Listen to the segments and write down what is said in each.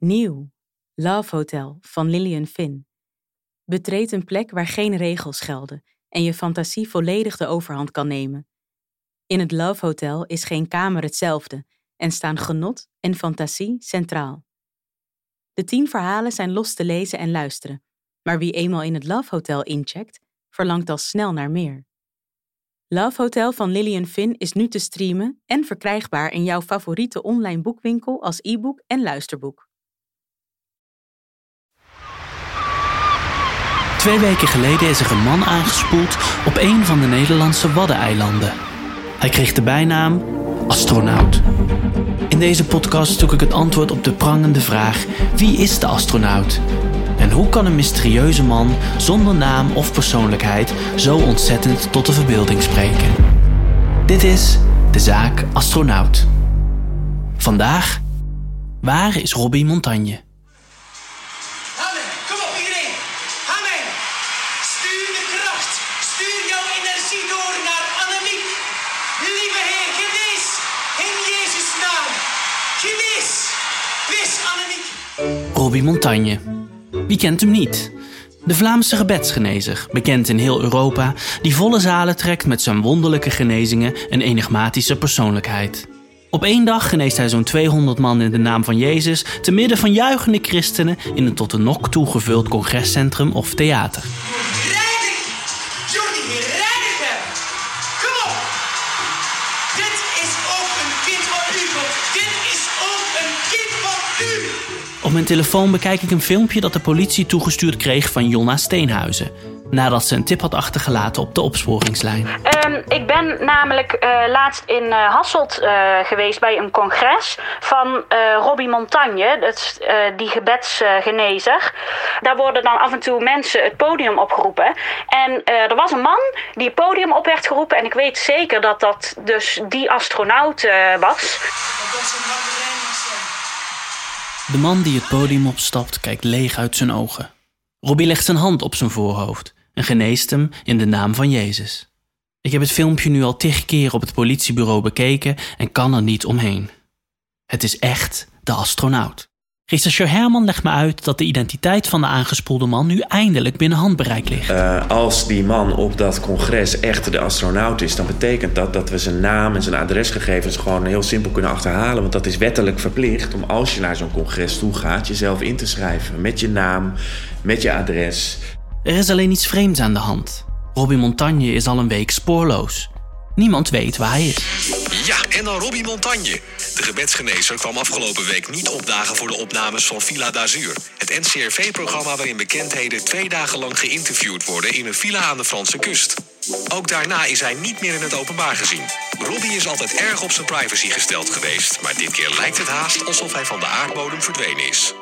Nieuw, Love Hotel van Lillian Finn. Betreed een plek waar geen regels gelden en je fantasie volledig de overhand kan nemen. In het Love Hotel is geen kamer hetzelfde en staan genot en fantasie centraal. De 10 verhalen zijn los te lezen en luisteren, maar wie eenmaal in het Love Hotel incheckt, verlangt al snel naar meer. Love Hotel van Lillian Finn is nu te streamen en verkrijgbaar in jouw favoriete online boekwinkel als e-book en luisterboek. 2 weken geleden is er een man aangespoeld op een van de Nederlandse Waddeneilanden. Hij kreeg de bijnaam astronaut. In deze podcast zoek ik het antwoord op de prangende vraag: wie is de astronaut? En hoe kan een mysterieuze man zonder naam of persoonlijkheid zo ontzettend tot de verbeelding spreken? Dit is de zaak Astronaut. Vandaag, waar is Robbie Montagne? Robbie Montagne. Wie kent hem niet? De Vlaamse gebedsgenezer, bekend in heel Europa, die volle zalen trekt met zijn wonderlijke genezingen en enigmatische persoonlijkheid. Op 1 dag geneest hij zo'n 200 man in de naam van Jezus, te midden van juichende christenen in een tot de nok toegevuld congrescentrum of theater. Op mijn telefoon bekijk ik een filmpje dat de politie toegestuurd kreeg van Jonna Steenhuizen, nadat ze een tip had achtergelaten op de opsporingslijn. Ik ben namelijk laatst in Hasselt geweest bij een congres van Robbie Montagne, dat is die gebedsgenezer. Daar worden dan af en toe mensen het podium opgeroepen. En er was een man die het podium op werd geroepen en ik weet zeker dat dat dus die astronaut was. De man die het podium opstapt kijkt leeg uit zijn ogen. Robbie legt zijn hand op zijn voorhoofd en geneest hem in de naam van Jezus. Ik heb het filmpje nu al 10 keer op het politiebureau bekeken en kan er niet omheen. Het is echt de astronaut. Rechercheur Herman legt me uit dat de identiteit van de aangespoelde man nu eindelijk binnen handbereik ligt. Als die man op dat congres echt de astronaut is, dan betekent dat dat we zijn naam en zijn adresgegevens gewoon heel simpel kunnen achterhalen. Want dat is wettelijk verplicht om, als je naar zo'n congres toe gaat, jezelf in te schrijven. Met je naam, met je adres. Er is alleen iets vreemds aan de hand. Robbie Montagne is al een week spoorloos. Niemand weet waar hij is. Ja, en dan Robbie Montagne. De gebedsgenezer kwam afgelopen week niet opdagen voor de opnames van Villa d'Azur. Het NCRV-programma waarin bekendheden 2 dagen lang geïnterviewd worden in een villa aan de Franse kust. Ook daarna is hij niet meer in het openbaar gezien. Robbie is altijd erg op zijn privacy gesteld geweest, maar dit keer lijkt het haast alsof hij van de aardbodem verdwenen is.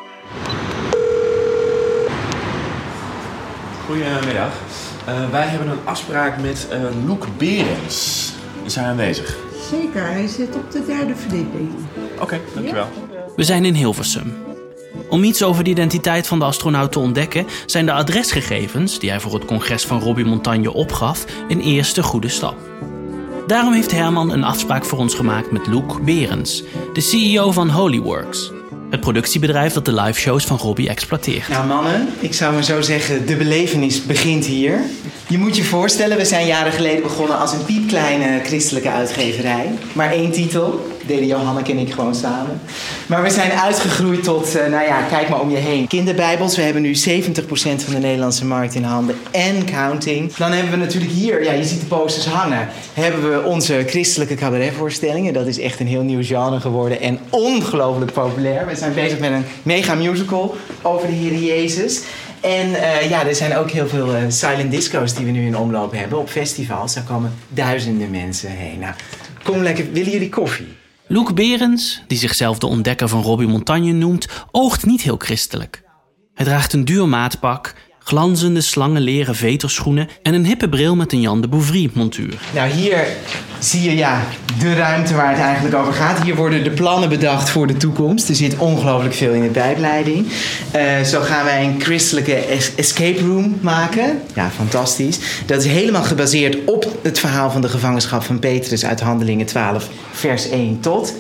Goedemiddag. Wij hebben een afspraak met Loek Berends. Is hij aanwezig? Zeker, hij zit op de 3e verdieping. Oké, dankjewel. We zijn in Hilversum. Om iets over de identiteit van de astronaut te ontdekken, zijn de adresgegevens die hij voor het congres van Robbie Montagne opgaf een eerste goede stap. Daarom heeft Herman een afspraak voor ons gemaakt met Loek Berends, de CEO van Holyworks. Het productiebedrijf dat de liveshows van Robbie exploiteert. Nou mannen, ik zou maar zo zeggen, de belevenis begint hier. Je moet je voorstellen, we zijn jaren geleden begonnen als een piepkleine christelijke uitgeverij. Maar 1 titel, deden Johanneke en ik gewoon samen. Maar we zijn uitgegroeid tot, kijk maar om je heen. Kinderbijbels, we hebben nu 70% van de Nederlandse markt in handen en counting. Dan hebben we natuurlijk hier, je ziet de posters hangen, hebben we onze christelijke cabaretvoorstellingen. Dat is echt een heel nieuw genre geworden en ongelooflijk populair. We zijn bezig met een mega musical over de Heer Jezus. En er zijn ook heel veel silent disco's die we nu in omloop hebben op festivals. Daar komen duizenden mensen heen. Nou, kom lekker, willen jullie koffie? Loek Berends, die zichzelf de ontdekker van Robbie Montagne noemt, oogt niet heel christelijk. Hij draagt een duur maatpak, glanzende slangenleren veterschoenen en een hippe bril met een Jan de Bouvry montuur. Nou, hier zie je de ruimte waar het eigenlijk over gaat. Hier worden de plannen bedacht voor de toekomst. Er zit ongelooflijk veel in de bijbeleiding. Zo gaan wij een christelijke escape room maken. Ja, fantastisch. Dat is helemaal gebaseerd op het verhaal van de gevangenschap van Petrus uit Handelingen 12, vers 1 tot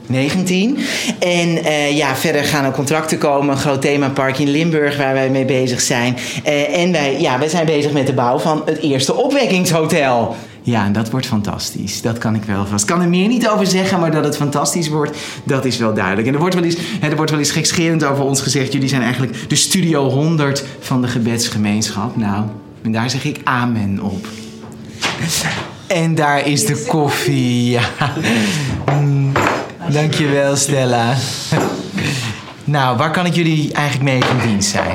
19. En verder gaan er contracten komen. Een groot themapark in Limburg waar wij mee bezig zijn. En wij zijn bezig met de bouw van het eerste opwekkingshotel. Ja, en dat wordt fantastisch. Dat kan ik wel vast. Ik kan er meer niet over zeggen, maar dat het fantastisch wordt, dat is wel duidelijk. En er wordt wel eens gekscherend over ons gezegd. Jullie zijn eigenlijk de Studio 100 van de gebedsgemeenschap. Nou, en daar zeg ik amen op. En daar is de koffie. Ja. Dankjewel, Stella. Nou, waar kan ik jullie eigenlijk mee van dienst zijn?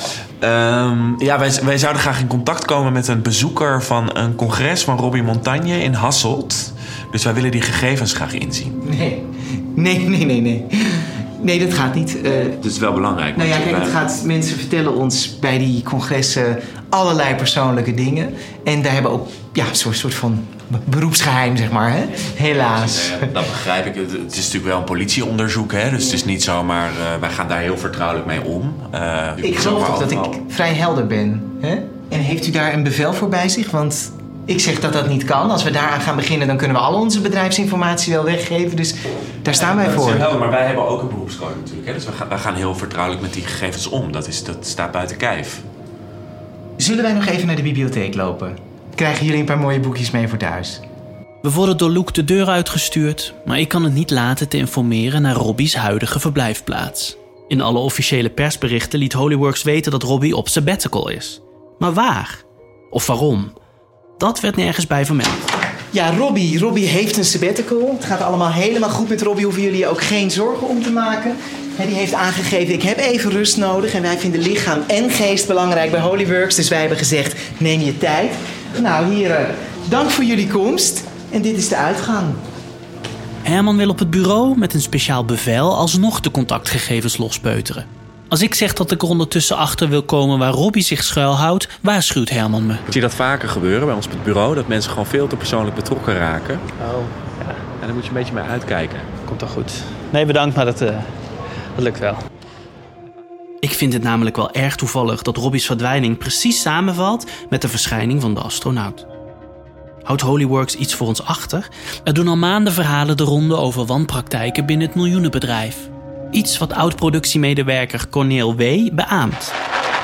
Wij zouden graag in contact komen met een bezoeker van een congres van Robbie Montagne in Hasselt. Dus wij willen die gegevens graag inzien. Nee. Nee, dat gaat niet. Het is wel belangrijk. Nou ja, kijk, mensen vertellen ons bij die congressen allerlei persoonlijke dingen. En daar hebben ook een soort van beroepsgeheim, zeg maar, hè? Helaas. Dat begrijp ik. Het is natuurlijk wel een politieonderzoek, hè? Dus het is niet zomaar... wij gaan daar heel vertrouwelijk mee om. Ik geloof toch dat ik vrij helder ben, hè? En heeft u daar een bevel voor bij zich? Want ik zeg dat dat niet kan. Als we daaraan gaan beginnen, dan kunnen we al onze bedrijfsinformatie wel weggeven. Dus daar staan wij voor. Helder, maar wij hebben ook een beroepscode natuurlijk, hè? Dus wij gaan heel vertrouwelijk met die gegevens om. Dat staat buiten kijf. Zullen wij nog even naar de bibliotheek lopen? Krijgen jullie een paar mooie boekjes mee voor thuis? We worden door Luc de deur uitgestuurd, maar ik kan het niet laten te informeren naar Robbie's huidige verblijfplaats. In alle officiële persberichten liet Holyworks weten dat Robbie op sabbatical is. Maar waar? Of waarom? Dat werd nergens bij vermeld. Ja, Robbie heeft een sabbatical. Het gaat allemaal helemaal goed met Robbie. Hoeven jullie ook geen zorgen om te maken. Die heeft aangegeven, ik heb even rust nodig. En wij vinden lichaam en geest belangrijk bij Holyworks. Dus wij hebben gezegd, neem je tijd. Nou, hier, dank voor jullie komst. En dit is de uitgang. Herman wil op het bureau met een speciaal bevel alsnog de contactgegevens lospeuteren. Als ik zeg dat ik er ondertussen achter wil komen waar Robbie zich schuilhoudt, waarschuwt Herman me. Ik zie dat vaker gebeuren bij ons op het bureau. Dat mensen gewoon veel te persoonlijk betrokken raken. Oh, ja. En daar moet je een beetje mee uitkijken. Komt toch goed. Nee, bedankt, maar dat lukt wel. Ik vind het namelijk wel erg toevallig dat Robbie's verdwijning precies samenvalt met de verschijning van de astronaut. Houdt Holyworks iets voor ons achter? Er doen al maanden verhalen de ronde over wanpraktijken binnen het miljoenenbedrijf. Iets wat oud-productiemedewerker Corneel W. beaamt.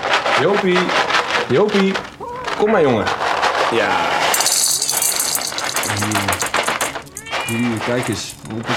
Jopie, kom maar jongen. Ja. Hier, kijk eens.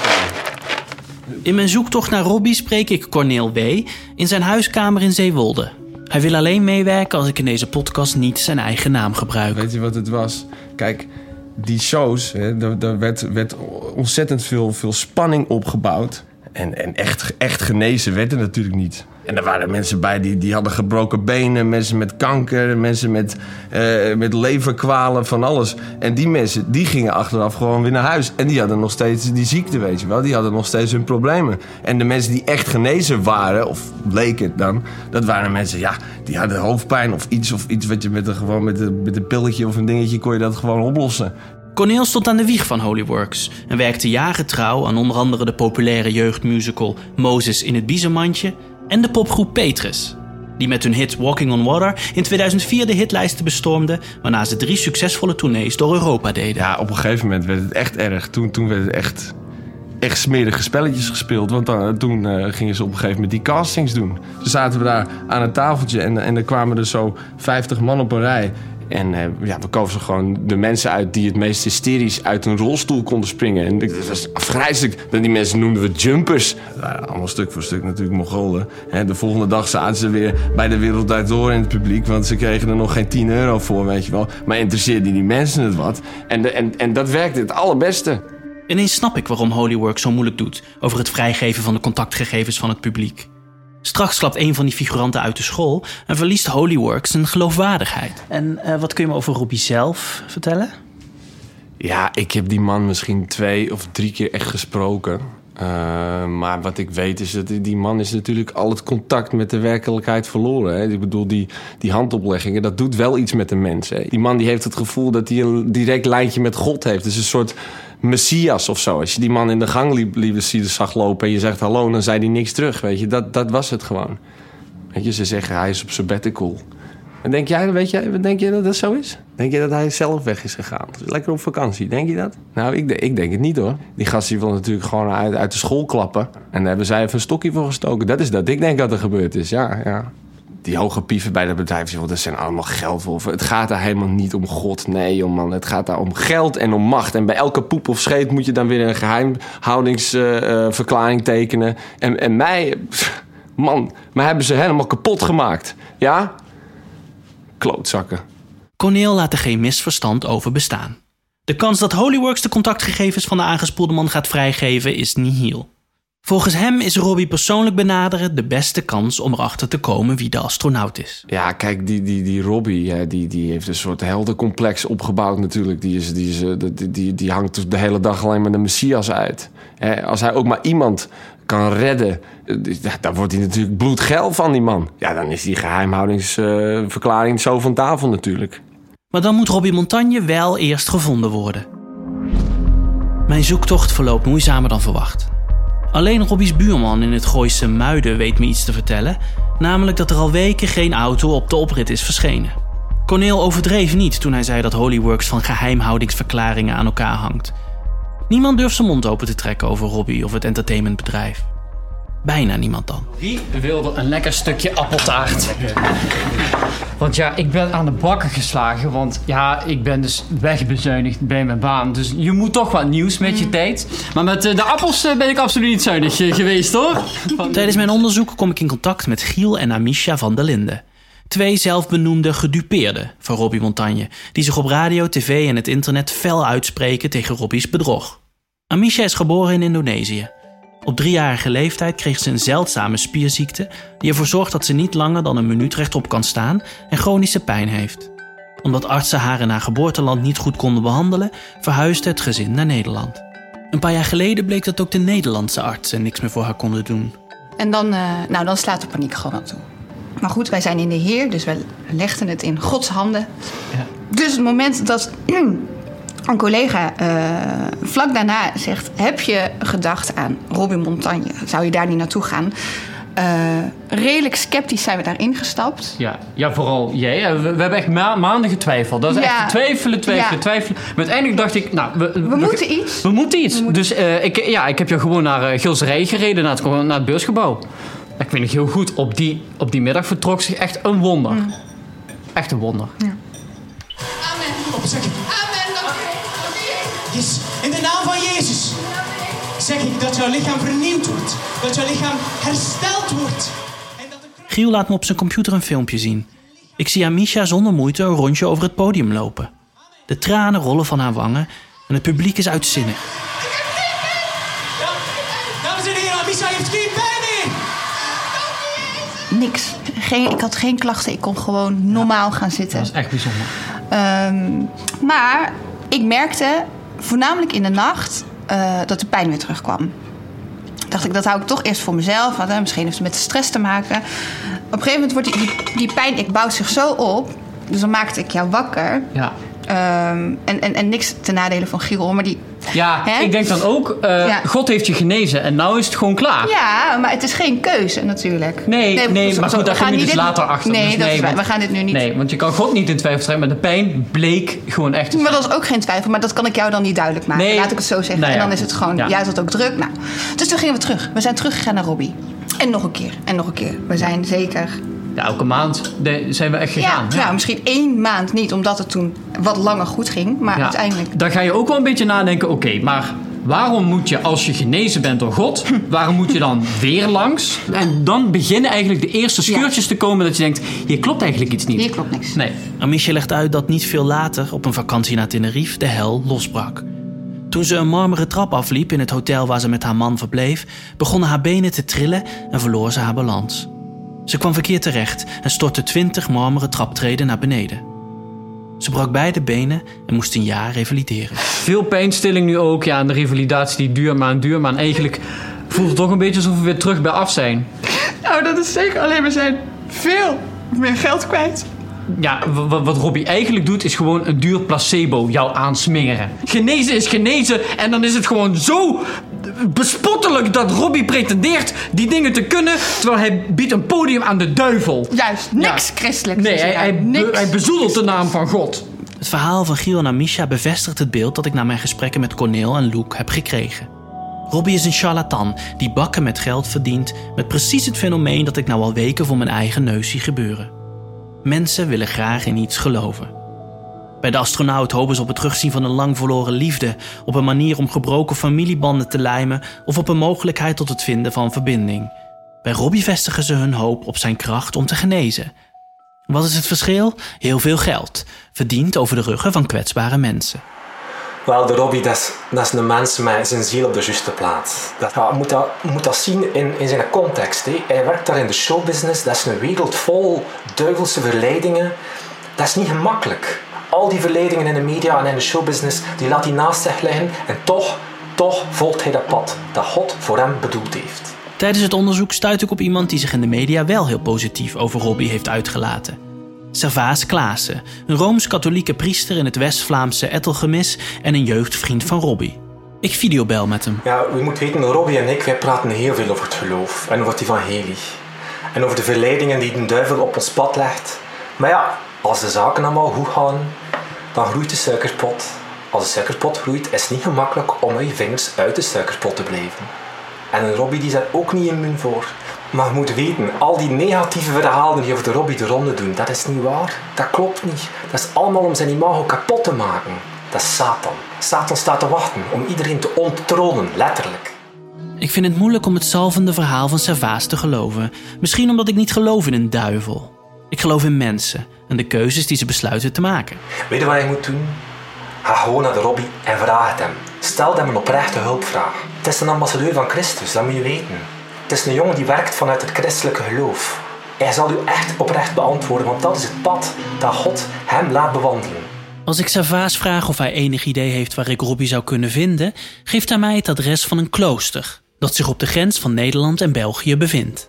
In mijn zoektocht naar Robbie spreek ik Corneel W. in zijn huiskamer in Zeewolde. Hij wil alleen meewerken als ik in deze podcast niet zijn eigen naam gebruik. Weet je wat het was? Kijk, die shows, daar werd ontzettend veel spanning opgebouwd. En echt genezen werd er natuurlijk niet. En er waren mensen bij die hadden gebroken benen, mensen met kanker, mensen met leverkwalen, van alles. En die mensen, die gingen achteraf gewoon weer naar huis. En die hadden nog steeds die ziekte, weet je wel. Die hadden nog steeds hun problemen. En de mensen die echt genezen waren, of leken dan, dat waren mensen, die hadden hoofdpijn of iets wat je met een pilletje of een dingetje kon je dat gewoon oplossen. Corneel stond aan de wieg van Holyworks en werkte jaren trouw aan onder andere de populaire jeugdmusical Mozes in het Biezenmandje en de popgroep Petrus, die met hun hit Walking on Water in 2004 de hitlijsten bestormden, waarna ze 3 succesvolle tournees door Europa deden. Ja, op een gegeven moment werd het echt erg. Toen werd het echt smerige spelletjes gespeeld. Want toen gingen ze op een gegeven moment die castings doen. Ze zaten we daar aan een tafeltje en er kwamen er zo 50 man op een rij. En we kozen gewoon de mensen uit die het meest hysterisch uit een rolstoel konden springen. En dat was afgrijzelijk. Die mensen noemden we jumpers. Dat waren allemaal stuk voor stuk natuurlijk Mongolen. De volgende dag zaten ze weer bij de Wereld Draait Door in het publiek. Want ze kregen er nog geen €10 voor, weet je wel. Maar interesseerden die mensen het wat. En dat werkte het allerbeste. Ineens snap ik waarom Holyworks zo moeilijk doet over het vrijgeven van de contactgegevens van het publiek. Straks klapt een van die figuranten uit de school en verliest Holyworks zijn geloofwaardigheid. En wat kun je me over Robbie zelf vertellen? Ja, ik heb die man misschien 2 of 3 keer echt gesproken. Maar wat ik weet is dat die man is natuurlijk al het contact met de werkelijkheid verloren. Hè? Ik bedoel, die handopleggingen, dat doet wel iets met de mens. Hè? Die man die heeft het gevoel dat hij een direct lijntje met God heeft. Dus een soort Messias of zo. Als je die man in de gang zag lopen en je zegt hallo, dan zei hij niks terug. Weet je, dat was het gewoon. Weet je, ze zeggen hij is op sabbatical. En denk je dat dat zo is? Denk je dat hij zelf weg is gegaan? Lekker op vakantie, denk je dat? Nou, ik denk het niet hoor. Die gast die wil natuurlijk gewoon uit de school klappen. En daar hebben zij even een stokje voor gestoken. Dat is dat ik denk dat er gebeurd is, ja. Die hoge pieven bij dat bedrijf, dat zijn allemaal geldwolven. Het gaat daar helemaal niet om God, nee joh man. Het gaat daar om geld en om macht. En bij elke poep of scheet moet je dan weer een geheimhoudingsverklaring tekenen. En mij... Man, mij hebben ze helemaal kapot gemaakt. Ja? Klootzakken. Corneel laat er geen misverstand over bestaan. De kans dat Holyworks de contactgegevens van de aangespoelde man gaat vrijgeven is nihil. Volgens hem is Robbie persoonlijk benaderen de beste kans om erachter te komen wie de astronaut is. Ja, kijk, die Robbie, die heeft een soort heldencomplex opgebouwd natuurlijk. Die hangt de hele dag alleen maar de Messias uit. Als hij ook maar iemand kan redden, dan wordt hij natuurlijk bloedgeil van die man. Ja, dan is die geheimhoudingsverklaring zo van tafel natuurlijk. Maar dan moet Robbie Montagne wel eerst gevonden worden. Mijn zoektocht verloopt moeizamer dan verwacht. Alleen Robbie's buurman in het Gooise Muiden weet me iets te vertellen, namelijk dat er al weken geen auto op de oprit is verschenen. Corneel overdreef niet toen hij zei dat Holyworks van geheimhoudingsverklaringen aan elkaar hangt. Niemand durft zijn mond open te trekken over Robbie of het entertainmentbedrijf. Bijna niemand dan. Wie wilde een lekker stukje appeltaart? Want ja, ik ben aan de bakken geslagen. Want ja, ik ben dus wegbezuinigd bij mijn baan. Dus je moet toch wat nieuws met je tijd. Maar met de appels ben ik absoluut niet zuinig geweest, hoor. Tijdens mijn onderzoek kom ik in contact met Giel en Amisha van der Linden. 2 zelfbenoemde gedupeerden van Robbie Montagne, die zich op radio, tv en het internet fel uitspreken tegen Robbie's bedrog. Amisha is geboren in Indonesië. Op 3-jarige leeftijd kreeg ze een zeldzame spierziekte die ervoor zorgt dat ze niet langer dan een minuut rechtop kan staan en chronische pijn heeft. Omdat artsen haar in haar geboorteland niet goed konden behandelen, verhuisde het gezin naar Nederland. Een paar jaar geleden bleek dat ook de Nederlandse artsen niks meer voor haar konden doen. En dan slaat de paniek gewoon toe. Maar goed, wij zijn in de Heer, dus wij legden het in Gods handen. Ja. Dus het moment dat een collega vlak daarna zegt: heb je gedacht aan Robbie Montagne? Zou je daar niet naartoe gaan? Redelijk sceptisch zijn we daarin gestapt. Ja, vooral jij. We hebben echt maanden getwijfeld. Dat is echt twijfelen. Maar uiteindelijk dacht ik, nou, we moeten iets. We moeten iets. Dus ik heb jou gewoon naar Gilserij gereden, naar het beursgebouw. Ik weet nog heel goed, op die middag vertrok zich echt een wonder. Echt een wonder. Ja. Amen. Opzeg. Amen. Dank u. Yes. In de naam van Jezus zeg ik dat jouw lichaam vernieuwd wordt. Dat jouw lichaam hersteld wordt. Giel laat me op zijn computer een filmpje zien. Ik zie Amisha zonder moeite een rondje over het podium lopen. De tranen rollen van haar wangen en het publiek is uitzinnig. Dames en heren, Amisha heeft geen pijn meer. Niks. Ik had geen klachten. Ik kon gewoon normaal gaan zitten. Dat is echt bijzonder. Maar ik merkte, voornamelijk in de nacht, dat de pijn weer terugkwam. Dacht ik, dat hou ik toch eerst voor mezelf. Want, misschien heeft het met de stress te maken. Op een gegeven moment wordt die pijn, bouwt zich zo op. Dus dan maakte ik jou wakker. Ja. En niks ten nadele van Giel, maar ik denk dan ook, God heeft je genezen en nou is het gewoon klaar. Ja, maar het is geen keuze natuurlijk. Nee, maar goed, daar gaan we dus later achter. Nee, we gaan dit nu niet. Nee, want je kan God niet in twijfel trekken, maar de pijn bleek gewoon echt te zijn. Maar dat is ook geen twijfel, maar dat kan ik jou dan niet duidelijk maken. Nee. Laat ik het zo zeggen. En dan is het gewoon, jij had ook druk. Nou, dus toen gingen we terug. We zijn teruggegaan naar Robbie. En nog een keer, en nog een keer. We zijn zeker... Ja, elke maand zijn we echt gegaan. Ja, misschien 1 maand niet, omdat het toen wat langer goed ging. Maar uiteindelijk... Dan ga je ook wel een beetje nadenken, oké, maar waarom moet je, als je genezen bent door God, waarom moet je dan weer langs? En dan beginnen eigenlijk de eerste scheurtjes te komen dat je denkt, hier klopt eigenlijk iets niet. Hier klopt niks. Nee. Amisha legt uit dat niet veel later, op een vakantie naar Tenerife, de hel losbrak. Toen ze een marmeren trap afliep in het hotel waar ze met haar man verbleef, begonnen haar benen te trillen en verloor ze haar balans. Ze kwam verkeerd terecht en stortte 20 marmeren traptreden naar beneden. Ze brak beide benen en moest een jaar revalideren. Veel pijnstilling nu ook. Ja, en de revalidatie die duurt maar. En eigenlijk voelt het toch een beetje alsof we weer terug bij af zijn. Nou, dat is zeker. Alleen we zijn veel meer geld kwijt. Ja, wat Robbie eigenlijk doet is gewoon een duur placebo jou aansmeren. Genezen is genezen en dan is het gewoon zo bespottelijk dat Robbie pretendeert die dingen te kunnen, terwijl hij biedt een podium aan de duivel. Juist, niks christelijks. Nee, hij bezoedelt de naam van God. Het verhaal van Giel en Amisha bevestigt het beeld dat ik na mijn gesprekken met Corneel en Luc heb gekregen. Robbie is een charlatan die bakken met geld verdient met precies het fenomeen dat ik nou al weken voor mijn eigen neus zie gebeuren. Mensen willen graag in iets geloven. Bij de astronaut hopen ze op het terugzien van een lang verloren liefde, op een manier om gebroken familiebanden te lijmen of op een mogelijkheid tot het vinden van verbinding. Bij Robbie vestigen ze hun hoop op zijn kracht om te genezen. Wat is het verschil? Heel veel geld, verdiend over de ruggen van kwetsbare mensen. Wel, de Robbie, dat is een mens met zijn ziel op de juiste plaats. Je moet dat zien in zijn context. Hè. Hij werkt daar in de showbusiness, dat is een wereld vol duivelse verleidingen. Dat is niet gemakkelijk. Al die verleidingen in de media en in de showbusiness, die laat hij naast zich liggen en toch volgt hij dat pad dat God voor hem bedoeld heeft. Tijdens het onderzoek stuit ik op iemand die zich in de media wel heel positief over Robbie heeft uitgelaten. Servaas Klaassen, een Rooms-katholieke priester in het West-Vlaamse Ettelgemis en een jeugdvriend van Robbie. Ik videobel met hem. Ja, u moet weten, Robbie en ik, wij praten heel veel over het geloof en over het evangelie. En over de verleidingen die de duivel op ons pad legt. Maar ja, als de zaken allemaal goed gaan, dan groeit de suikerpot. Als de suikerpot groeit, is het niet gemakkelijk om met je vingers uit de suikerpot te blijven. En een Robbie die is daar ook niet immuun voor. Maar je moet weten, al die negatieve verhalen die over de Robbie de ronde doen, dat is niet waar. Dat klopt niet. Dat is allemaal om zijn imago kapot te maken. Dat is Satan. Satan staat te wachten om iedereen te onttronen, letterlijk. Ik vind het moeilijk om het zalvende verhaal van Servaas te geloven. Misschien omdat ik niet geloof in een duivel. Ik geloof in mensen en de keuzes die ze besluiten te maken. Weet je wat je moet doen? Ga gewoon naar de Robbie en vraag het hem. Stel hem een oprechte hulpvraag. Het is een ambassadeur van Christus, dat moet je weten. Het is een jongen die werkt vanuit het christelijke geloof. Hij zal u echt oprecht beantwoorden, want dat is het pad dat God hem laat bewandelen. Als ik Servaas vraag of hij enig idee heeft waar ik Robbie zou kunnen vinden, geeft hij mij het adres van een klooster dat zich op de grens van Nederland en België bevindt.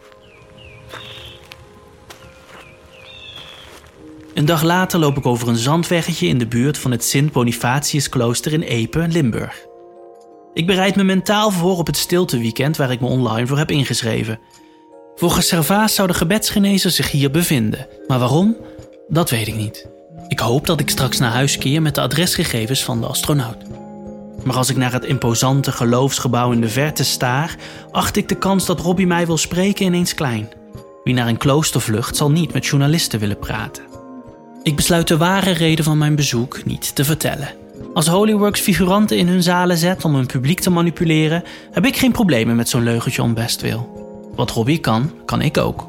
Een dag later loop ik over een zandweggetje in de buurt van het Sint-Bonifatiusklooster in Epe, Limburg. Ik bereid me mentaal voor op het stilteweekend waar ik me online voor heb ingeschreven. Volgens Servaas zou de gebedsgenezer zich hier bevinden. Maar waarom? Dat weet ik niet. Ik hoop dat ik straks naar huis keer met de adresgegevens van de astronaut. Maar als ik naar het imposante geloofsgebouw in de verte staar, acht ik de kans dat Robbie mij wil spreken ineens klein. Wie naar een klooster vlucht zal niet met journalisten willen praten. Ik besluit de ware reden van mijn bezoek niet te vertellen. Als Holyworks figuranten in hun zalen zet om hun publiek te manipuleren, heb ik geen problemen met zo'n leugentje om bestwil. Wat Robbie kan, kan ik ook.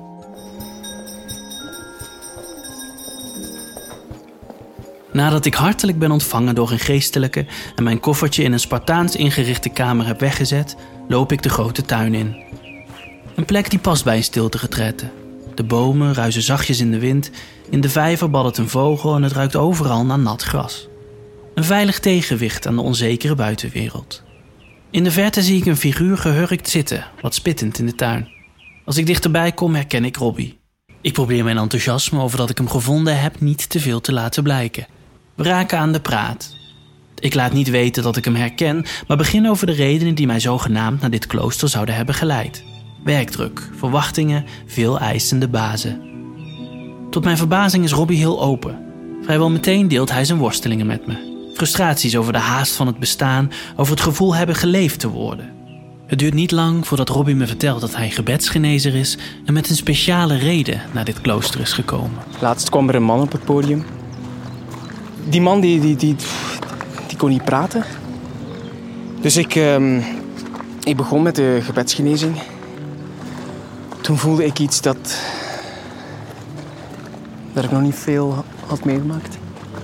Nadat ik hartelijk ben ontvangen door een geestelijke en mijn koffertje in een Spartaans ingerichte kamer heb weggezet, loop ik de grote tuin in. Een plek die past bij een stilteretraite. De bomen ruisen zachtjes in de wind, in de vijver baddert een vogel en het ruikt overal naar nat gras. Een veilig tegenwicht aan de onzekere buitenwereld. In de verte zie ik een figuur gehurkt zitten, wat spittend in de tuin. Als ik dichterbij kom, herken ik Robbie. Ik probeer mijn enthousiasme over dat ik hem gevonden heb niet te veel te laten blijken. We raken aan de praat. Ik laat niet weten dat ik hem herken, maar begin over de redenen die mij zogenaamd naar dit klooster zouden hebben geleid. Werkdruk, verwachtingen, veel eisende bazen. Tot mijn verbazing is Robbie heel open. Vrijwel meteen deelt hij zijn worstelingen met me. Frustraties over de haast van het bestaan, over het gevoel hebben geleefd te worden. Het duurt niet lang voordat Robbie me vertelt dat hij gebedsgenezer is en met een speciale reden naar dit klooster is gekomen. Laatst kwam er een man op het podium. Die man die kon niet praten. Dus ik begon met de gebedsgenezing. Toen voelde ik iets dat ik nog niet veel had meegemaakt.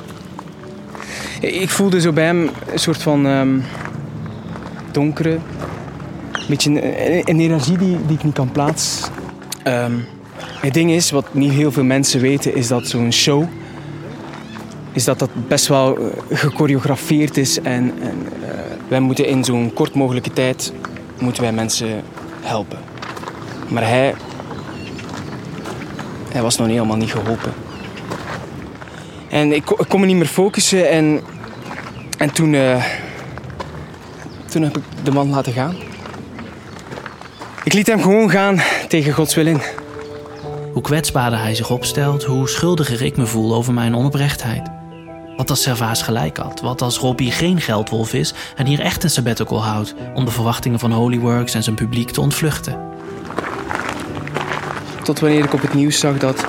Ik voelde zo bij hem een soort van donkere, een beetje een energie die ik niet kan plaatsen. Het ding is, wat niet heel veel mensen weten, is dat zo'n show is dat best wel gechoreografeerd is en wij moeten in zo'n kort mogelijke tijd moeten wij mensen helpen. Maar hij was nog helemaal niet geholpen. En ik kon me niet meer focussen en toen heb ik de man laten gaan. Ik liet hem gewoon gaan tegen Gods wil in. Hoe kwetsbaarder hij zich opstelt, hoe schuldiger ik me voel over mijn onoprechtheid. Wat als Servaas gelijk had? Wat als Robbie geen geldwolf is en hier echt een sabbatical houdt om de verwachtingen van Holyworks en zijn publiek te ontvluchten? Tot wanneer ik op het nieuws zag dat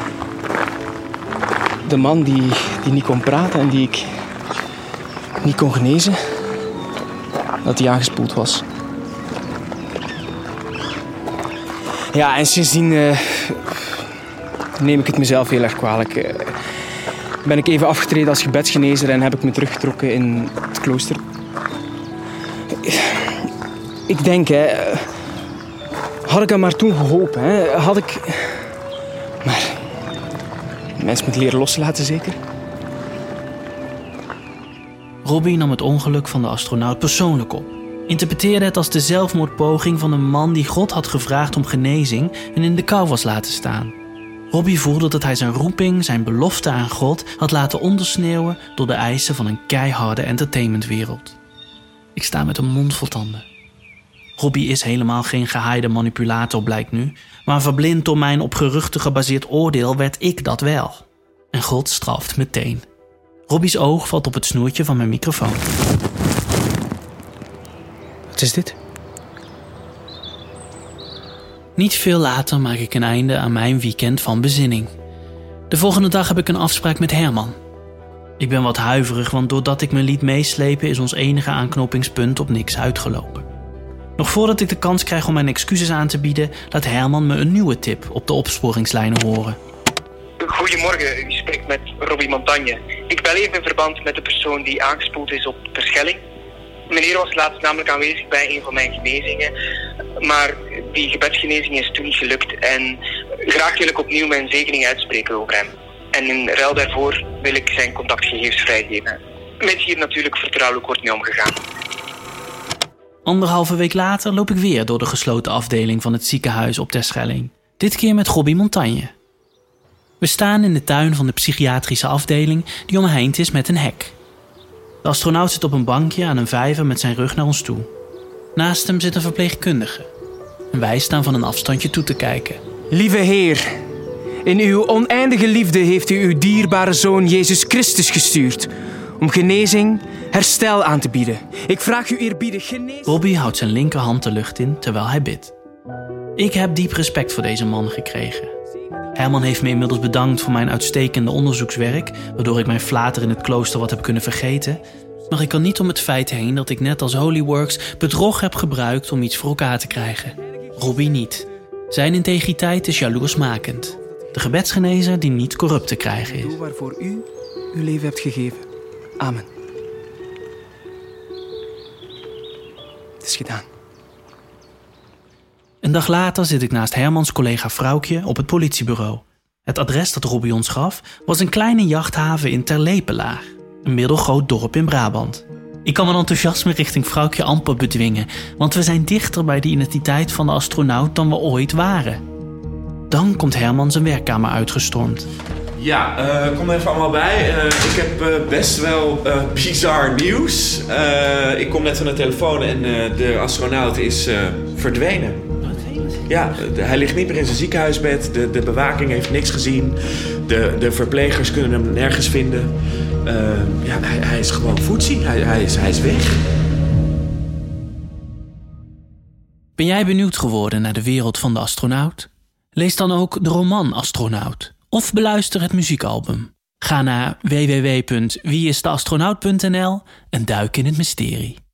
de man die niet kon praten en die ik niet kon genezen, dat hij aangespoeld was. Ja, en sindsdien neem ik het mezelf heel erg kwalijk. Ben ik even afgetreden als gebedsgenezer en heb ik me teruggetrokken in het klooster. Ik denk, had ik hem maar toen geholpen, had ik... Maar, een mens moet leren loslaten, zeker? Robbie nam het ongeluk van de astronaut persoonlijk op. Interpreteerde het als de zelfmoordpoging van een man die God had gevraagd om genezing en in de kou was laten staan. Robbie voelde dat hij zijn roeping, zijn belofte aan God, had laten ondersneeuwen door de eisen van een keiharde entertainmentwereld. Ik sta met een mond vol tanden. Robbie is helemaal geen gehaaide manipulator, blijkt nu, maar verblind door mijn op geruchten gebaseerd oordeel werd ik dat wel. En God straft meteen. Robbie's oog valt op het snoertje van mijn microfoon. Wat is dit? Niet veel later maak ik een einde aan mijn weekend van bezinning. De volgende dag heb ik een afspraak met Herman. Ik ben wat huiverig, want doordat ik me liet meeslepen is ons enige aanknopingspunt op niks uitgelopen. Nog voordat ik de kans krijg om mijn excuses aan te bieden, laat Herman me een nieuwe tip op de opsporingslijnen horen. Goedemorgen, u spreekt met Robbie Montagne. Ik bel even in verband met de persoon die aangespoeld is op Terschelling. Meneer was laatst namelijk aanwezig bij een van mijn genezingen, maar die gebedsgenezing is toen niet gelukt en graag wil ik opnieuw mijn zegening uitspreken over hem. En in ruil daarvoor wil ik zijn contactgegevens vrijgeven. Mits hier natuurlijk vertrouwelijk wordt mee omgegaan. 1,5 week later loop ik weer door de gesloten afdeling van het ziekenhuis op Terschelling. Dit keer met Robbie Montagne. We staan in de tuin van de psychiatrische afdeling die omheind is met een hek. De astronaut zit op een bankje aan een vijver met zijn rug naar ons toe. Naast hem zit een verpleegkundige. En wij staan van een afstandje toe te kijken. Lieve Heer, in uw oneindige liefde heeft u uw dierbare Zoon Jezus Christus gestuurd om genezing, herstel aan te bieden. Ik vraag u eerbiedig genezing. Robbie houdt zijn linkerhand de lucht in terwijl hij bidt. Ik heb diep respect voor deze man gekregen. Herman heeft me inmiddels bedankt voor mijn uitstekende onderzoekswerk, waardoor ik mijn flater in het klooster wat heb kunnen vergeten. Maar ik kan niet om het feit heen dat ik net als Holyworks bedrog heb gebruikt om iets voor elkaar te krijgen. Robbie niet. Zijn integriteit is jaloersmakend. De gebedsgenezer die niet corrupt te krijgen is. Doe waarvoor u uw leven hebt gegeven. Amen. Het is gedaan. Een dag later zit ik naast Hermans collega Vrouwtje op het politiebureau. Het adres dat Robbie ons gaf was een kleine jachthaven in Terlepelaar, een middelgroot dorp in Brabant. Ik kan mijn enthousiasme richting Vrouwtje amper bedwingen, want we zijn dichter bij de identiteit van de astronaut dan we ooit waren. Dan komt Herman zijn werkkamer uitgestormd. Ja, kom er even allemaal bij. Ik heb best wel bizar nieuws. Ik kom net van de telefoon en de astronaut is verdwenen. Ja, hij ligt niet meer in zijn ziekenhuisbed. De bewaking heeft niks gezien. De verplegers kunnen hem nergens vinden. Hij is gewoon voetzie. Hij is weg. Ben jij benieuwd geworden naar de wereld van de astronaut? Lees dan ook de roman Astronaut. Of beluister het muziekalbum. Ga naar www.wieisdeastronaut.nl en duik in het mysterie.